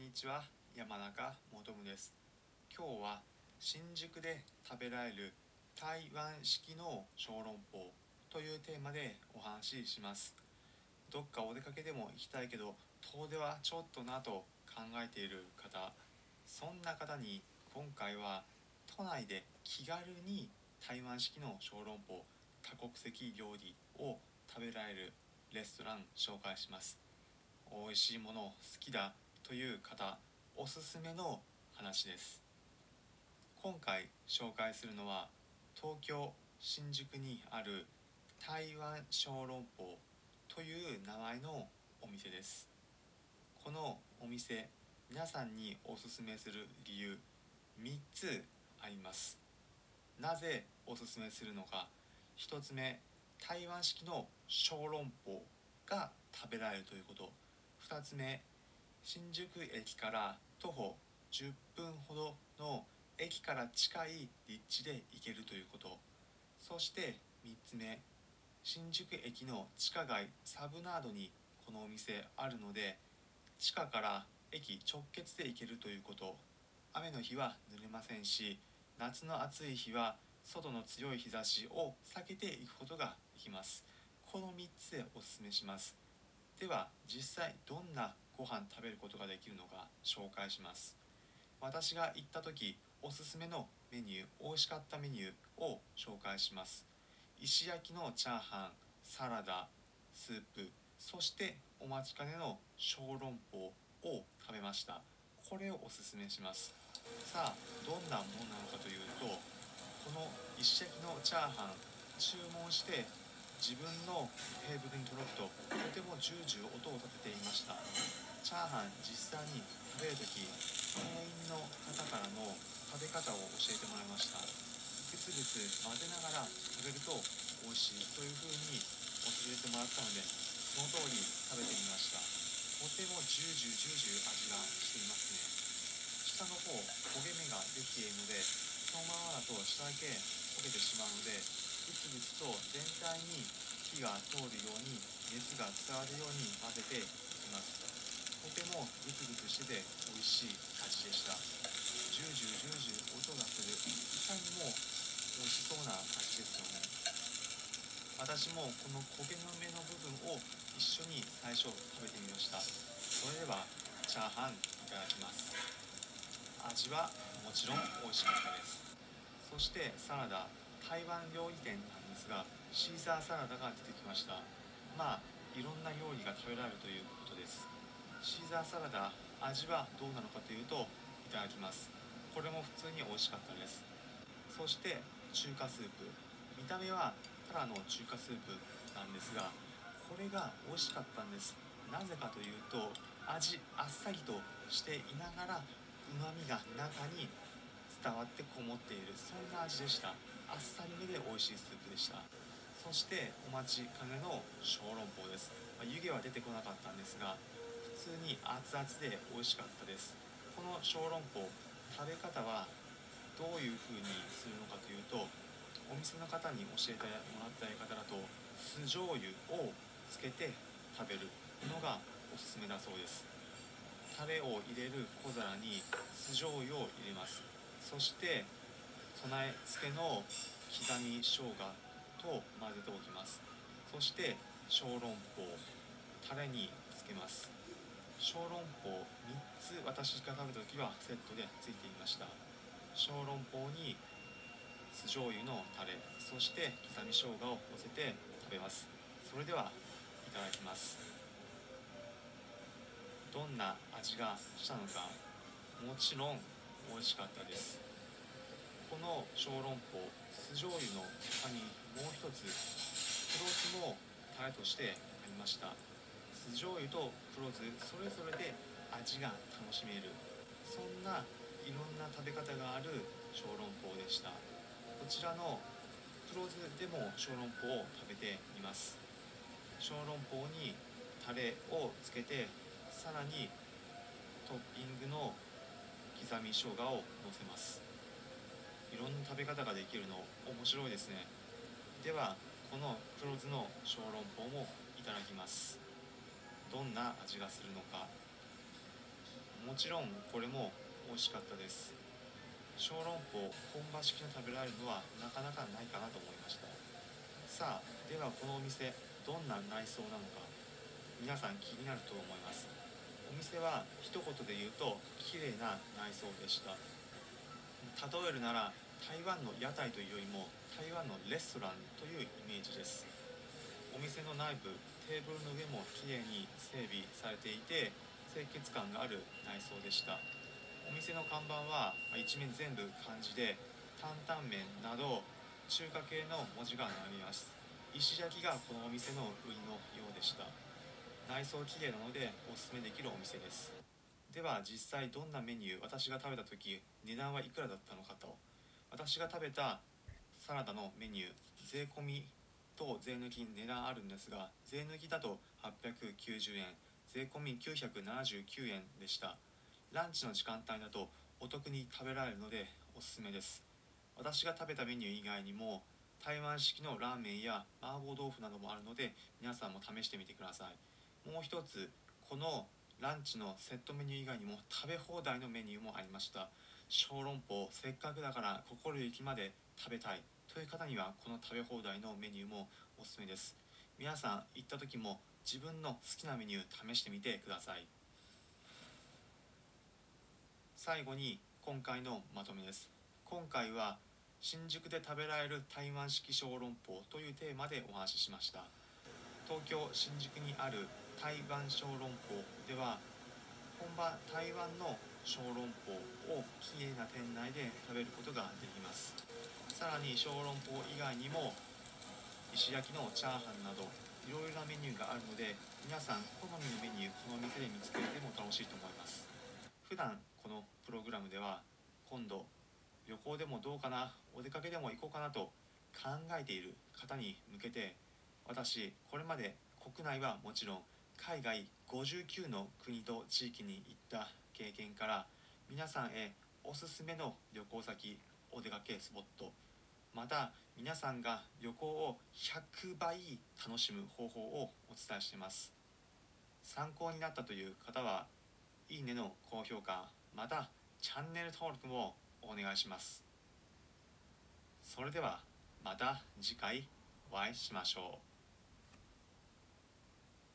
にちは、山中もとむです。今日は新宿で食べられる台湾式の小籠包というテーマでお話しします。どっかお出かけでも行きたいけど遠出はちょっとなと考えている方、そんな方に今回は都内で気軽に台湾式の小籠包、多国籍料理を食べられるレストラン紹介します。美味しいもの好きだという方おすすめの話です。今回紹介するのは東京新宿にある台湾小籠包という名前のお店です。このお店、皆さんにおすすめする理由3つあります。なぜおすすめするのか。1つ目、台湾式の小籠包が食べられるということ。2つ目、新宿駅から徒歩10分ほどの駅から近い立地で行けるということ。そして3つ目、新宿駅の地下街サブナードにこのお店あるので、地下から駅直結で行けるということ。雨の日は濡れませんし、夏の暑い日は外の強い日差しを避けていくことができます。この3つでおすすめします。では実際どんなご飯食べることができるのか紹介します。私が行った時おすすめのメニュー、美味しかったメニューを紹介します。石焼きのチャーハン、サラダ、スープ、そしてお待ちかねの小籠包を食べました。これをおすすめします。さあどんなものなのかというと、この石焼きのチャーハン注文して自分のテーブルに届くととてもジュージュー音を立てていました。チャーハン実際に食べるとき、店員の方からの食べ方を教えてもらいました。グツグツ混ぜながら食べると美味しいというふうに教えてもらったので、その通り食べてみました。とてもジュージュージュージュー味がしていますね。下の方焦げ目ができているので、そのままだと下だけ焦げてしまうので、グツグツと全体に火が通るように熱が伝わるように混ぜていきます。とてもグツグツしてて美味しい味でした。ジュージュージュージュー音がする、いかにも美味しそうな味ですよね。私もこの焦げの目の部分を一緒に最初食べてみました。それではチャーハンいただきます。味はもちろん美味しかったです。そしてサラダ、台湾料理店なんですがシーザーサラダが出てきました。いろんな料理が食べられるということです。シーザーサラダ、味はどうなのかというと、いただきます。これも普通に美味しかったです。そして中華スープ、見た目はただの中華スープなんですが、これが美味しかったんです。なぜかというと、味あっさりとしていながら旨味が中に伝わってこもっている、そんな味でした。あっさりめで美味しいスープでした。そしてお待ちかねの小籠包です。湯気は出てこなかったんですが、普通に熱々で美味しかったです。この小籠包、食べ方はどういう風にするのかというと、お店の方に教えてもらったやり方だと酢醤油をつけて食べるのがおすすめだそうです。タレを入れる小皿に酢醤油を入れます。そして備え付けの刻み生姜と混ぜておきます。そして小籠包、タレにつけます。小籠包3つ私が食べた時はセットでついていました。小籠包に酢醤油のタレ、そして刻み生姜を乗せて食べます。それではいただきます。どんな味がしたのか、もちろん美味しかったです。この小籠包、酢醤油の他にもう一つ黒酢もタレとしてありました。酢醤油と黒酢それぞれで味が楽しめる、そんないろんな食べ方がある小籠包でした。こちらの黒酢でも小籠包を食べてみます。小籠包にタレをつけて、さらにトッピングの刻み生姜をのせます。いろんな食べ方ができるの面白いですね。ではこの黒酢の小籠包もいただきます。どんな味がするのか。 もちろんこれも美味しかったです。小籠包本場式の食べられるのはなかなかないかなと思いました。さあ、ではこのお店どんな内装なのか皆さん気になると思います。お店は一言で言うと綺麗な内装でした。例えるなら台湾の屋台というよりも台湾のレストランというイメージです。お店の内部、テーブルの上もきれいに整備されていて清潔感がある内装でした。お店の看板は一面全部漢字で担々麺など中華系の文字が並びます。石焼きがこのお店の売りのようでした。内装きれいなのでおすすめできるお店です。では実際どんなメニュー、私が食べた時値段はいくらだったのかと。私が食べたサラダのメニュー、税込みと税抜き値段あるんですが、税抜きだと890円、税込み979円でした。ランチの時間帯だとお得に食べられるのでおすすめです。私が食べたメニュー以外にも台湾式のラーメンや麻婆豆腐などもあるので皆さんも試してみてください。もう一つ、このランチのセットメニュー以外にも食べ放題のメニューもありました。小籠包、せっかくだから心ゆきまで食べたいという方にはこの食べ放題のメニューもおすすめです。皆さん行った時も自分の好きなメニュー試してみてください。最後に今回のまとめです。今回は新宿で食べられる台湾式小籠包というテーマでお話ししました。東京新宿にある台湾小籠包では本場台湾の小籠包をきれいな店内で食べることができます。さらに小籠包以外にも石焼きのチャーハンなどいろいろなメニューがあるので皆さん好みのメニューこの店で見つけても楽しいと思います。普段このプログラムでは今度旅行でもどうかな、お出かけでも行こうかなと考えている方に向けて、私これまで国内はもちろん海外59の国と地域に行った経験から皆さんへおすすめの旅行先、お出かけスポット、また皆さんが旅行を100倍楽しむ方法をお伝えしています。参考になったという方はいいねの高評価、またチャンネル登録もお願いします。それではまた次回お会いしましょう。